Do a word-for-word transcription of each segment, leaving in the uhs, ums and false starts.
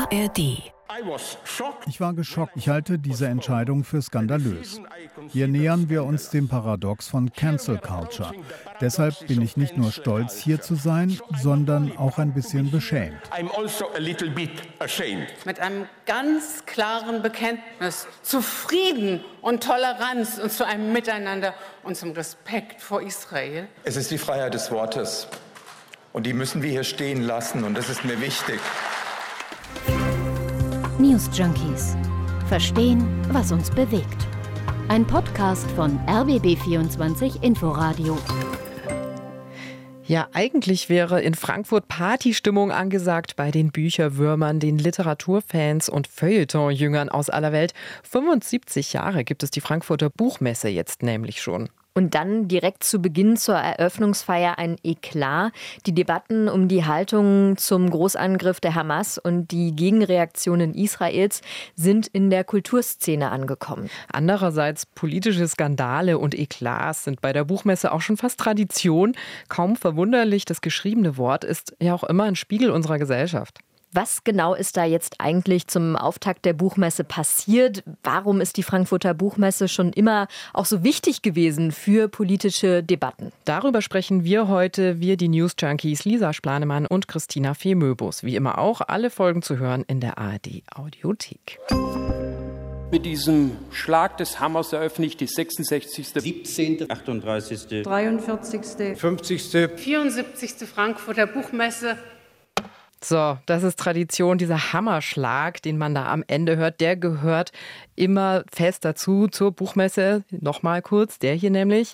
A R D. Ich war geschockt. Ich halte diese Entscheidung für skandalös. Hier nähern wir uns dem Paradox von Cancel Culture. Deshalb bin ich nicht nur stolz, hier zu sein, sondern auch ein bisschen beschämt. Mit einem ganz klaren Bekenntnis zu Frieden und Toleranz und zu einem Miteinander und zum Respekt vor Israel. Es ist die Freiheit des Wortes. Und die müssen wir hier stehen lassen. Und das ist mir wichtig. News Junkies. Verstehen, was uns bewegt. Ein Podcast von R B B vierundzwanzig Inforadio. Ja, eigentlich wäre in Frankfurt Partystimmung angesagt bei den Bücherwürmern, den Literaturfans und Feuilleton-Jüngern aus aller Welt. fünfundsiebzig Jahre gibt es die Frankfurter Buchmesse jetzt nämlich schon. Und dann direkt zu Beginn zur Eröffnungsfeier ein Eklat. Die Debatten um die Haltung zum Großangriff der Hamas und die Gegenreaktionen Israels sind in der Kulturszene angekommen. Andererseits politische Skandale und Eklats sind bei der Buchmesse auch schon fast Tradition. Kaum verwunderlich, das geschriebene Wort ist ja auch immer ein Spiegel unserer Gesellschaft. Was genau ist da jetzt eigentlich zum Auftakt der Buchmesse passiert? Warum ist die Frankfurter Buchmesse schon immer auch so wichtig gewesen für politische Debatten? Darüber sprechen wir heute, wir die News Junkies Lisa Splanemann und Christina Fehmöbus. Wie immer auch alle Folgen zu hören in der A R D Audiothek. Mit diesem Schlag des Hammers eröffne ich die sechsundsechzigste, siebzehnte, achtunddreißigste, dreiundvierzigste, fünfzigste, vierundsiebzigste Frankfurter Buchmesse. So, das ist Tradition, dieser Hammerschlag, den man da am Ende hört, der gehört immer fest dazu zur Buchmesse. Nochmal kurz, der hier nämlich.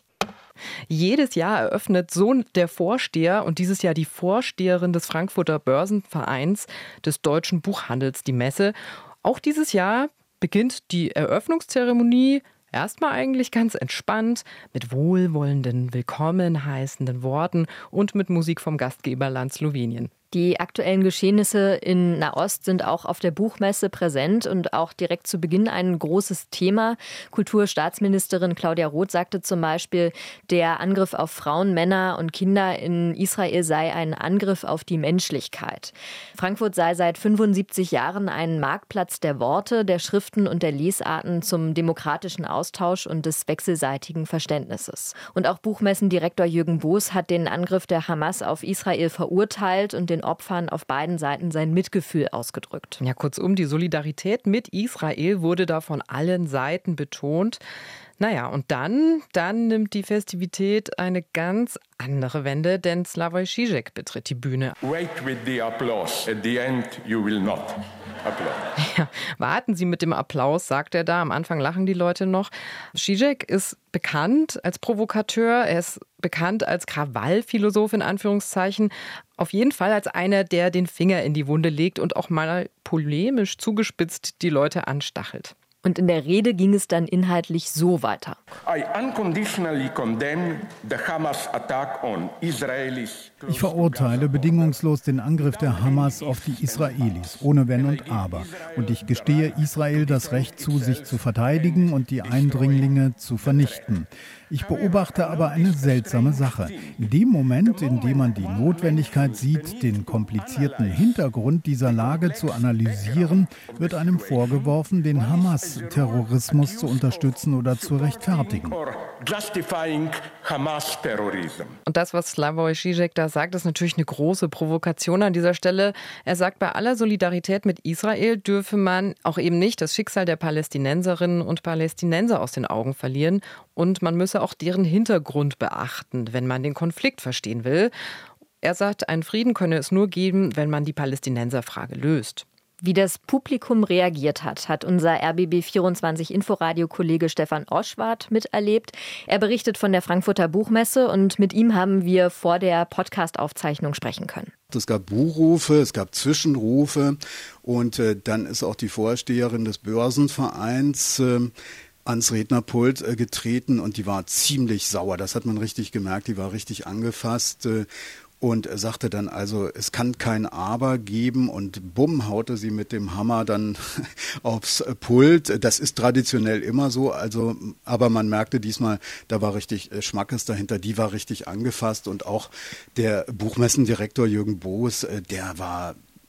Jedes Jahr eröffnet so der Vorsteher und dieses Jahr die Vorsteherin des Frankfurter Börsenvereins des deutschen Buchhandels die Messe. Auch dieses Jahr beginnt die Eröffnungszeremonie erstmal eigentlich ganz entspannt, mit wohlwollenden, willkommen heißenden Worten und mit Musik vom Gastgeberland Slowenien. Die aktuellen Geschehnisse in Nahost sind auch auf der Buchmesse präsent und auch direkt zu Beginn ein großes Thema. Kulturstaatsministerin Claudia Roth sagte zum Beispiel, der Angriff auf Frauen, Männer und Kinder in Israel sei ein Angriff auf die Menschlichkeit. Frankfurt sei seit fünfundsiebzig Jahren ein Marktplatz der Worte, der Schriften und der Lesarten zum demokratischen Austausch und des wechselseitigen Verständnisses. Und auch Buchmessendirektor Jürgen Boos hat den Angriff der Hamas auf Israel verurteilt und den Opfern auf beiden Seiten sein Mitgefühl ausgedrückt. Ja, kurzum, die Solidarität mit Israel wurde da von allen Seiten betont. Naja, und dann, dann nimmt die Festivität eine ganz andere Wende, denn Slavoj Žižek betritt die Bühne. Wait with the applause. At the end you will not applaud. Ja, warten Sie mit dem Applaus, sagt er da. Am Anfang lachen die Leute noch. Žižek ist bekannt als Provokateur, er ist bekannt als Krawallphilosoph in Anführungszeichen. Auf jeden Fall als einer, der den Finger in die Wunde legt und auch mal polemisch zugespitzt die Leute anstachelt. Und in der Rede ging es dann inhaltlich so weiter. Ich verurteile bedingungslos den Angriff der Hamas auf die Israelis, ohne Wenn und Aber. Und ich gestehe Israel das Recht zu, sich zu verteidigen und die Eindringlinge zu vernichten. Ich beobachte aber eine seltsame Sache. In dem Moment, in dem man die Notwendigkeit sieht, den komplizierten Hintergrund dieser Lage zu analysieren, wird einem vorgeworfen, den Hamas-Terrorismus zu unterstützen oder zu rechtfertigen. Und das, was Slavoj Žižek da sagt, ist natürlich eine große Provokation an dieser Stelle. Er sagt, bei aller Solidarität mit Israel dürfe man auch eben nicht das Schicksal der Palästinenserinnen und Palästinenser aus den Augen verlieren. Und man müsse auch deren Hintergrund beachten, wenn man den Konflikt verstehen will. Er sagt, einen Frieden könne es nur geben, wenn man die Palästinenserfrage löst. Wie das Publikum reagiert hat, hat unser R B B vierundzwanzig Inforadio-Kollege Stefan Oschwart miterlebt. Er berichtet von der Frankfurter Buchmesse und mit ihm haben wir vor der Podcast-Aufzeichnung sprechen können. Es gab Buchrufe, es gab Zwischenrufe und äh, dann ist auch die Vorsteherin des Börsenvereins äh, ans Rednerpult äh, getreten und die war ziemlich sauer. Das hat man richtig gemerkt, die war richtig angefasst. Äh, Und er sagte dann also, es kann kein Aber geben und bumm, haute sie mit dem Hammer dann aufs Pult. Das ist traditionell immer so, also, aber man merkte diesmal, da war richtig Schmackes dahinter, die war richtig angefasst und auch der Buchmessendirektor Jürgen Boos, der war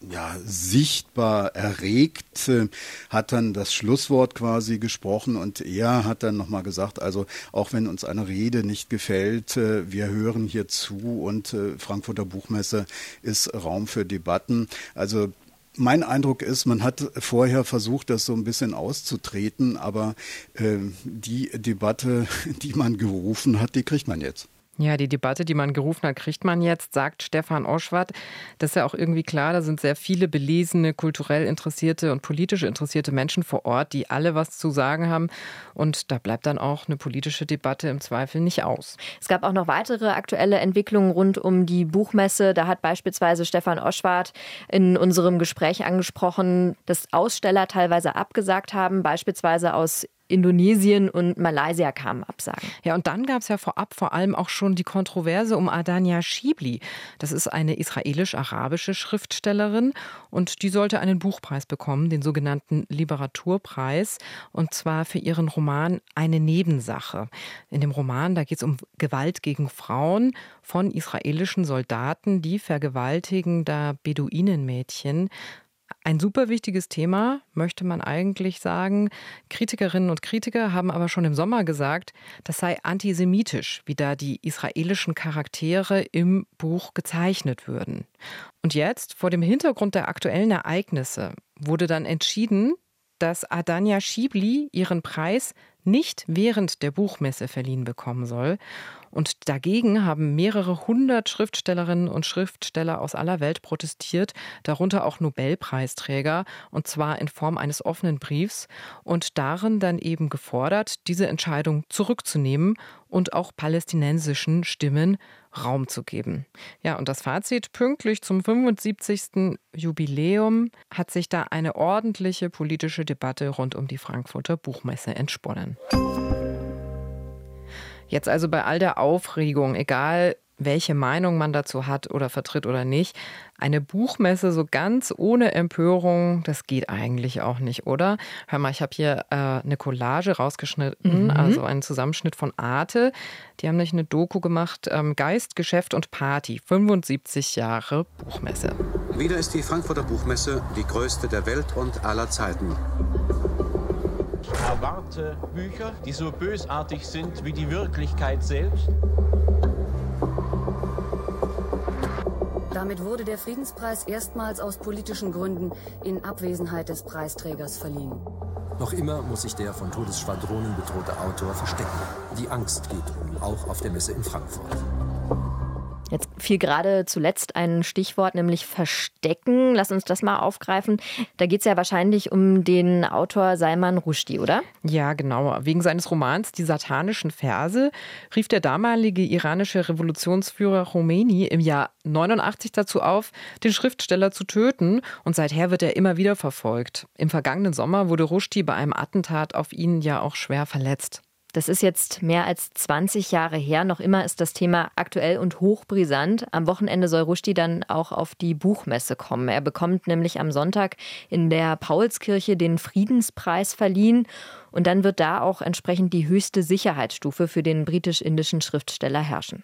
ja, sichtbar erregt, äh, hat dann das Schlusswort quasi gesprochen und er hat dann nochmal gesagt, also auch wenn uns eine Rede nicht gefällt, äh, wir hören hier zu und äh, Frankfurter Buchmesse ist Raum für Debatten. Also mein Eindruck ist, man hat vorher versucht, das so ein bisschen auszutreten, aber äh, die Debatte, die man gerufen hat, die kriegt man jetzt. Ja, die Debatte, die man gerufen hat, kriegt man jetzt, sagt Stefan Oschwart. Das ist ja auch irgendwie klar, da sind sehr viele belesene, kulturell interessierte und politisch interessierte Menschen vor Ort, die alle was zu sagen haben. Und da bleibt dann auch eine politische Debatte im Zweifel nicht aus. Es gab auch noch weitere aktuelle Entwicklungen rund um die Buchmesse. Da hat beispielsweise Stefan Oschwart in unserem Gespräch angesprochen, dass Aussteller teilweise abgesagt haben, beispielsweise aus Indonesien und Malaysia kamen Absagen. Ja, und dann gab es ja vorab vor allem auch schon die Kontroverse um Adania Shibli. Das ist eine israelisch-arabische Schriftstellerin und die sollte einen Buchpreis bekommen, den sogenannten Literaturpreis, und zwar für ihren Roman Eine Nebensache. In dem Roman, da geht es um Gewalt gegen Frauen von israelischen Soldaten, die vergewaltigen da Beduinenmädchen. Ein super wichtiges Thema, möchte man eigentlich sagen. Kritikerinnen und Kritiker haben aber schon im Sommer gesagt, das sei antisemitisch, wie da die israelischen Charaktere im Buch gezeichnet würden. Und jetzt, vor dem Hintergrund der aktuellen Ereignisse, wurde dann entschieden, dass Adania Shibli ihren Preis nicht während der Buchmesse verliehen bekommen soll. Und dagegen haben mehrere hundert Schriftstellerinnen und Schriftsteller aus aller Welt protestiert, darunter auch Nobelpreisträger, und zwar in Form eines offenen Briefs und darin dann eben gefordert, diese Entscheidung zurückzunehmen und auch palästinensischen Stimmen Raum zu geben. Ja, und das Fazit: Pünktlich zum fünfundsiebzigsten Jubiläum hat sich da eine ordentliche politische Debatte rund um die Frankfurter Buchmesse entsponnen. Jetzt also bei all der Aufregung, egal welche Meinung man dazu hat oder vertritt oder nicht, eine Buchmesse so ganz ohne Empörung, das geht eigentlich auch nicht, oder? Hör mal, ich habe hier äh, eine Collage rausgeschnitten, mhm. also einen Zusammenschnitt von Arte. Die haben nämlich eine Doku gemacht, ähm, Geist, Geschäft und Party, fünfundsiebzig Jahre Buchmesse. Wieder ist die Frankfurter Buchmesse die größte der Welt und aller Zeiten. Erwarte Bücher, die so bösartig sind wie die Wirklichkeit selbst. Damit wurde der Friedenspreis erstmals aus politischen Gründen in Abwesenheit des Preisträgers verliehen. Noch immer muss sich der von Todesschwadronen bedrohte Autor verstecken. Die Angst geht um, auch auf der Messe in Frankfurt. Jetzt fiel gerade zuletzt ein Stichwort, nämlich Verstecken. Lass uns das mal aufgreifen. Da geht es ja wahrscheinlich um den Autor Salman Rushdie, oder? Ja, genau. Wegen seines Romans Die satanischen Verse rief der damalige iranische Revolutionsführer Khomeini im Jahr neunundachtzig dazu auf, den Schriftsteller zu töten. Und seither wird er immer wieder verfolgt. Im vergangenen Sommer wurde Rushdie bei einem Attentat auf ihn ja auch schwer verletzt. Das ist jetzt mehr als zwanzig Jahre her. Noch immer ist das Thema aktuell und hochbrisant. Am Wochenende soll Rushdie dann auch auf die Buchmesse kommen. Er bekommt nämlich am Sonntag in der Paulskirche den Friedenspreis verliehen. Und dann wird da auch entsprechend die höchste Sicherheitsstufe für den britisch-indischen Schriftsteller herrschen.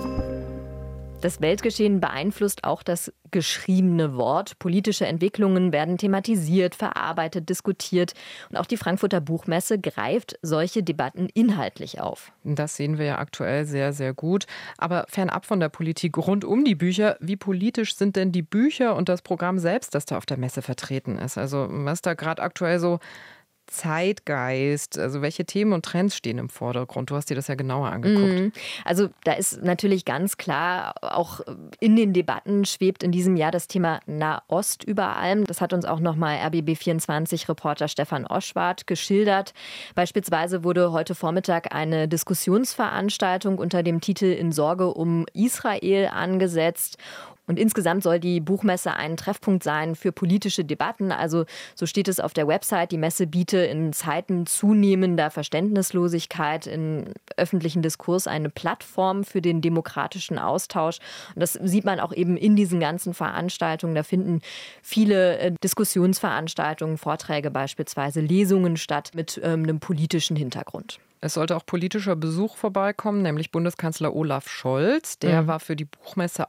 Das Weltgeschehen beeinflusst auch das geschriebene Wort. Politische Entwicklungen werden thematisiert, verarbeitet, diskutiert. Und auch die Frankfurter Buchmesse greift solche Debatten inhaltlich auf. Das sehen wir ja aktuell sehr, sehr gut. Aber fernab von der Politik rund um die Bücher, wie politisch sind denn die Bücher und das Programm selbst, das da auf der Messe vertreten ist? Also was ist da gerade aktuell so Zeitgeist, also welche Themen und Trends stehen im Vordergrund? Du hast dir das ja genauer angeguckt. Also da ist natürlich ganz klar, auch in den Debatten schwebt in diesem Jahr das Thema Nahost über allem. Das hat uns auch nochmal R B B vierundzwanzig-Reporter Stefan Oschwart geschildert. Beispielsweise wurde heute Vormittag eine Diskussionsveranstaltung unter dem Titel In Sorge um Israel angesetzt. Und insgesamt soll die Buchmesse ein Treffpunkt sein für politische Debatten. Also so steht es auf der Website. Die Messe biete in Zeiten zunehmender Verständnislosigkeit im öffentlichen Diskurs eine Plattform für den demokratischen Austausch. Und das sieht man auch eben in diesen ganzen Veranstaltungen. Da finden viele Diskussionsveranstaltungen, Vorträge beispielsweise, Lesungen statt mit ähm, einem politischen Hintergrund. Es sollte auch politischer Besuch vorbeikommen, nämlich Bundeskanzler Olaf Scholz. Der mhm. war für die Buchmesse auch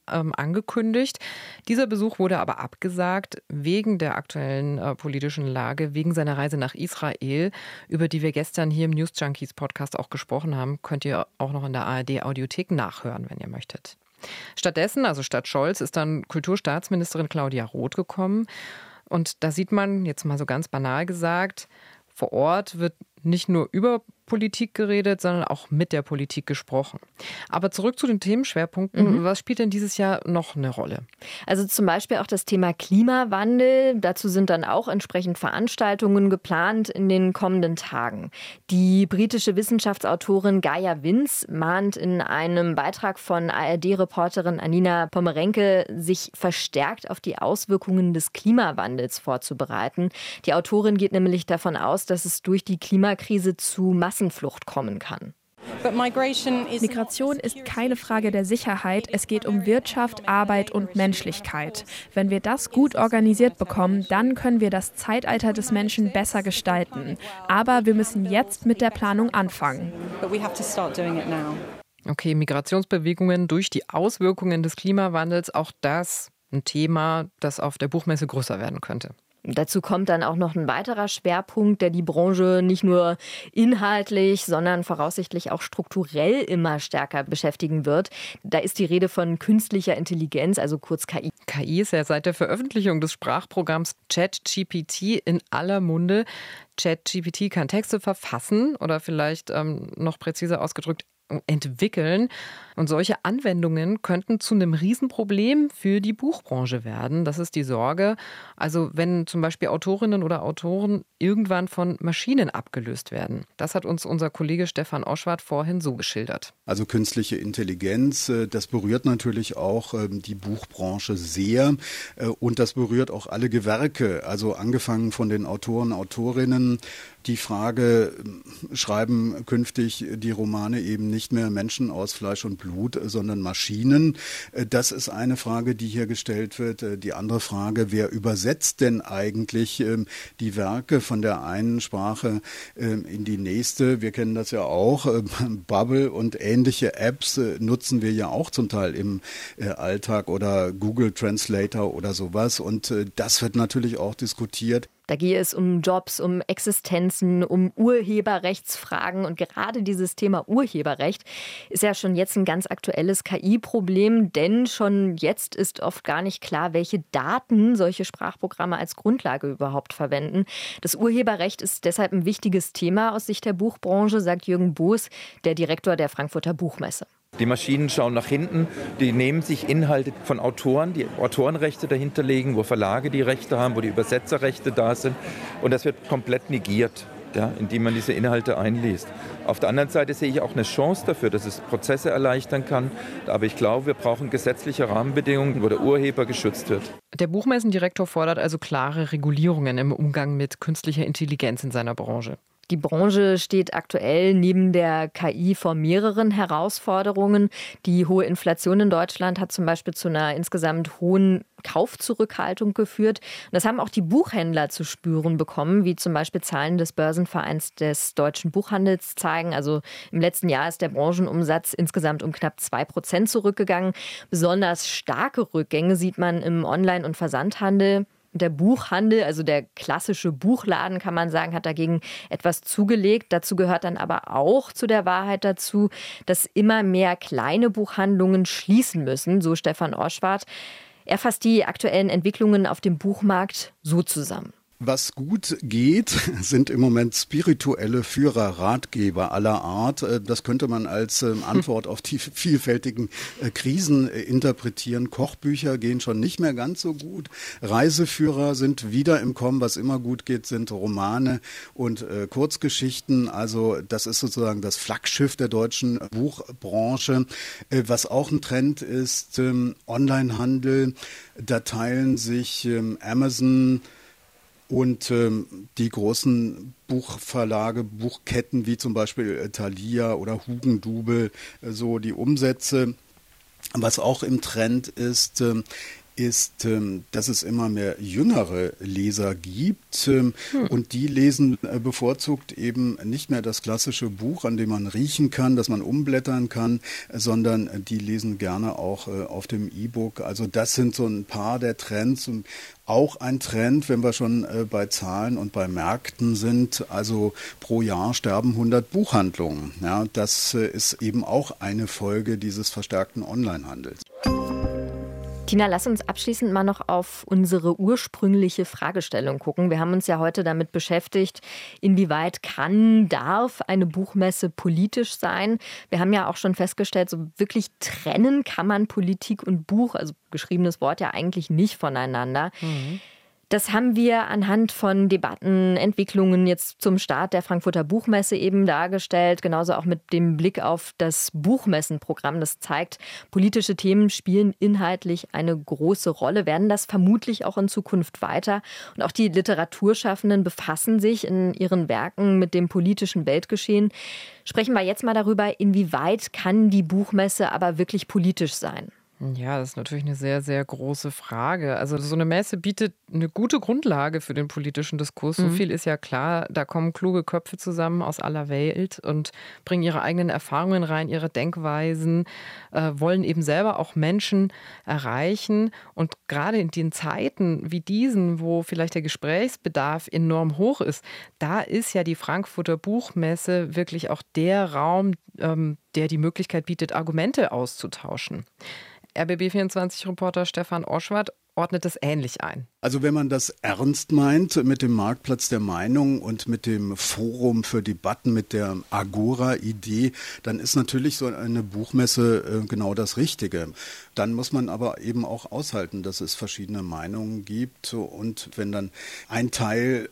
ähm, angekündigt. Dieser Besuch wurde aber abgesagt wegen der aktuellen äh, politischen Lage, wegen seiner Reise nach Israel, über die wir gestern hier im News Junkies Podcast auch gesprochen haben. Könnt ihr auch noch in der A R D-Audiothek nachhören, wenn ihr möchtet. Stattdessen, also statt Scholz, ist dann Kulturstaatsministerin Claudia Roth gekommen. Und da sieht man, jetzt mal so ganz banal gesagt, vor Ort wird nicht nur über Politik geredet, sondern auch mit der Politik gesprochen. Aber zurück zu den Themenschwerpunkten. Mhm. Was spielt denn dieses Jahr noch eine Rolle? Also zum Beispiel auch das Thema Klimawandel. Dazu sind dann auch entsprechend Veranstaltungen geplant in den kommenden Tagen. Die britische Wissenschaftsautorin Gaia Vince mahnt in einem Beitrag von A R D-Reporterin Anina Pomerenke, sich verstärkt auf die Auswirkungen des Klimawandels vorzubereiten. Die Autorin geht nämlich davon aus, dass es durch die Klimakrise zu Massenflucht kommen kann. Migration ist keine Frage der Sicherheit. Es geht um Wirtschaft, Arbeit und Menschlichkeit. Wenn wir das gut organisiert bekommen, dann können wir das Zeitalter des Menschen besser gestalten. Aber wir müssen jetzt mit der Planung anfangen. Okay, Migrationsbewegungen durch die Auswirkungen des Klimawandels, auch das ein Thema, das auf der Buchmesse größer werden könnte. Dazu kommt dann auch noch ein weiterer Schwerpunkt, der die Branche nicht nur inhaltlich, sondern voraussichtlich auch strukturell immer stärker beschäftigen wird. Da ist die Rede von künstlicher Intelligenz, also kurz K I. K I ist ja seit der Veröffentlichung des Sprachprogramms ChatGPT in aller Munde. ChatGPT kann Texte verfassen oder vielleicht ähm, noch präziser ausgedrückt entwickeln. Und solche Anwendungen könnten zu einem Riesenproblem für die Buchbranche werden. Das ist die Sorge. Also wenn zum Beispiel Autorinnen oder Autoren irgendwann von Maschinen abgelöst werden. Das hat uns unser Kollege Stefan Oschwart vorhin so geschildert. Also künstliche Intelligenz, das berührt natürlich auch die Buchbranche sehr. Und das berührt auch alle Gewerke. Also angefangen von den Autoren, Autorinnen. Die Frage, schreiben künftig die Romane eben nicht mehr Menschen aus Fleisch und Blut, sondern Maschinen? Das ist eine Frage, die hier gestellt wird. Die andere Frage, wer übersetzt denn eigentlich die Werke von der einen Sprache in die nächste? Wir kennen das ja auch. Bubble und ähnliche Apps nutzen wir ja auch zum Teil im Alltag oder Google Translator oder sowas. Und das wird natürlich auch diskutiert. Da gehe es um Jobs, um Existenzen, um Urheberrechtsfragen. Und gerade dieses Thema Urheberrecht ist ja schon jetzt ein ganz aktuelles K I-Problem. Denn schon jetzt ist oft gar nicht klar, welche Daten solche Sprachprogramme als Grundlage überhaupt verwenden. Das Urheberrecht ist deshalb ein wichtiges Thema aus Sicht der Buchbranche, sagt Jürgen Boos, der Direktor der Frankfurter Buchmesse. Die Maschinen schauen nach hinten, die nehmen sich Inhalte von Autoren, die Autorenrechte dahinter legen, wo Verlage die Rechte haben, wo die Übersetzerrechte da sind. Und das wird komplett negiert, ja, indem man diese Inhalte einliest. Auf der anderen Seite sehe ich auch eine Chance dafür, dass es Prozesse erleichtern kann. Aber ich glaube, wir brauchen gesetzliche Rahmenbedingungen, wo der Urheber geschützt wird. Der Buchmessendirektor fordert also klare Regulierungen im Umgang mit künstlicher Intelligenz in seiner Branche. Die Branche steht aktuell neben der K I vor mehreren Herausforderungen. Die hohe Inflation in Deutschland hat zum Beispiel zu einer insgesamt hohen Kaufzurückhaltung geführt. Und das haben auch die Buchhändler zu spüren bekommen, wie zum Beispiel Zahlen des Börsenvereins des deutschen Buchhandels zeigen. Also im letzten Jahr ist der Branchenumsatz insgesamt um knapp zwei Prozent zurückgegangen. Besonders starke Rückgänge sieht man im Online- und Versandhandel. Der Buchhandel, also der klassische Buchladen, kann man sagen, hat dagegen etwas zugelegt. Dazu gehört dann aber auch zu der Wahrheit dazu, dass immer mehr kleine Buchhandlungen schließen müssen, so Stefan Oschwart. Er fasst die aktuellen Entwicklungen auf dem Buchmarkt so zusammen. Was gut geht, sind im Moment spirituelle Führer, Ratgeber aller Art. Das könnte man als Antwort auf die vielfältigen Krisen interpretieren. Kochbücher gehen schon nicht mehr ganz so gut. Reiseführer sind wieder im Kommen. Was immer gut geht, sind Romane und Kurzgeschichten. Also das ist sozusagen das Flaggschiff der deutschen Buchbranche. Was auch ein Trend ist, Onlinehandel. Da teilen sich Amazon und ähm, die großen Buchverlage, Buchketten wie zum Beispiel Thalia oder Hugendubel, äh, so die Umsätze. Was auch im Trend ist, äh, ist, dass es immer mehr jüngere Leser gibt hm. und die lesen bevorzugt eben nicht mehr das klassische Buch, an dem man riechen kann, das man umblättern kann, sondern die lesen gerne auch auf dem E-Book. Also das sind so ein paar der Trends und auch ein Trend, wenn wir schon bei Zahlen und bei Märkten sind. Also pro Jahr sterben hundert Buchhandlungen. Ja, das ist eben auch eine Folge dieses verstärkten Onlinehandels. Tina, lass uns abschließend mal noch auf unsere ursprüngliche Fragestellung gucken. Wir haben uns ja heute damit beschäftigt, inwieweit kann, darf eine Buchmesse politisch sein? Wir haben ja auch schon festgestellt, so wirklich trennen kann man Politik und Buch, also geschriebenes Wort, ja eigentlich nicht voneinander. Mhm. Das haben wir anhand von Debatten, Entwicklungen jetzt zum Start der Frankfurter Buchmesse eben dargestellt, genauso auch mit dem Blick auf das Buchmessenprogramm. Das zeigt, politische Themen spielen inhaltlich eine große Rolle, werden das vermutlich auch in Zukunft weiter. Und auch die Literaturschaffenden befassen sich in ihren Werken mit dem politischen Weltgeschehen. Sprechen wir jetzt mal darüber, inwieweit kann die Buchmesse aber wirklich politisch sein? Ja, das ist natürlich eine sehr, sehr große Frage. Also so eine Messe bietet eine gute Grundlage für den politischen Diskurs. So mhm. viel ist ja klar, da kommen kluge Köpfe zusammen aus aller Welt und bringen ihre eigenen Erfahrungen rein, ihre Denkweisen, äh, wollen eben selber auch Menschen erreichen. Und gerade in den Zeiten wie diesen, wo vielleicht der Gesprächsbedarf enorm hoch ist, da ist ja die Frankfurter Buchmesse wirklich auch der Raum, ähm, der die Möglichkeit bietet, Argumente auszutauschen. R B B vierundzwanzig-Reporter Stefan Oschwart ordnet es ähnlich ein. Also wenn man das ernst meint mit dem Marktplatz der Meinung und mit dem Forum für Debatten, mit der Agora-Idee, dann ist natürlich so eine Buchmesse genau das Richtige. Dann muss man aber eben auch aushalten, dass es verschiedene Meinungen gibt. Und wenn dann ein Teil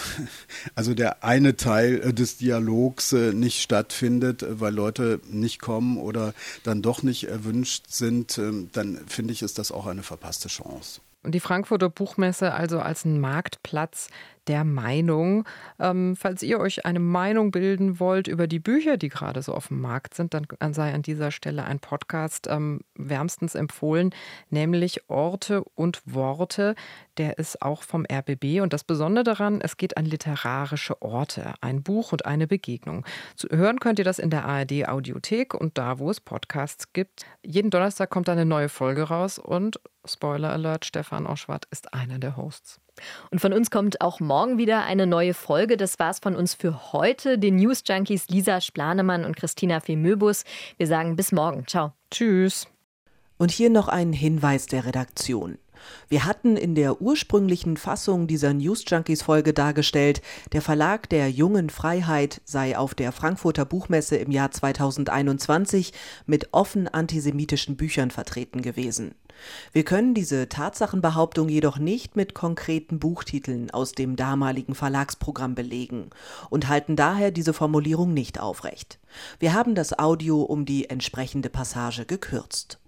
Also der eine Teil des Dialogs nicht stattfindet, weil Leute nicht kommen oder dann doch nicht erwünscht sind, dann finde ich, ist das auch eine verpasste Chance. Und die Frankfurter Buchmesse also als ein Marktplatz der Meinung. Ähm, falls ihr euch eine Meinung bilden wollt über die Bücher, die gerade so auf dem Markt sind, dann sei an dieser Stelle ein Podcast ähm, wärmstens empfohlen, nämlich Orte und Worte. Der ist auch vom R B B und das Besondere daran, es geht an literarische Orte, ein Buch und eine Begegnung. Zu hören könnt ihr das in der A R D Audiothek und da, wo es Podcasts gibt. Jeden Donnerstag kommt eine neue Folge raus und Spoiler Alert, Stefan Oschwart ist einer der Hosts. Und von uns kommt auch morgen wieder eine neue Folge. Das war's von uns für heute. Den News Junkies Lisa Splanemann und Christina Fee-Möbus. Wir sagen bis morgen. Ciao. Tschüss. Und hier noch ein Hinweis der Redaktion. Wir hatten in der ursprünglichen Fassung dieser News Junkies Folge dargestellt, der Verlag der Jungen Freiheit sei auf der Frankfurter Buchmesse im Jahr zweitausendeinundzwanzig mit offen antisemitischen Büchern vertreten gewesen. Wir können diese Tatsachenbehauptung jedoch nicht mit konkreten Buchtiteln aus dem damaligen Verlagsprogramm belegen und halten daher diese Formulierung nicht aufrecht. Wir haben das Audio um die entsprechende Passage gekürzt.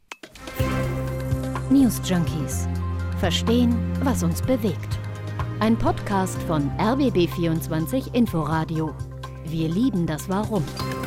News Junkies. Verstehen, was uns bewegt. Ein Podcast von R B B vierundzwanzig Inforadio. Wir lieben das Warum.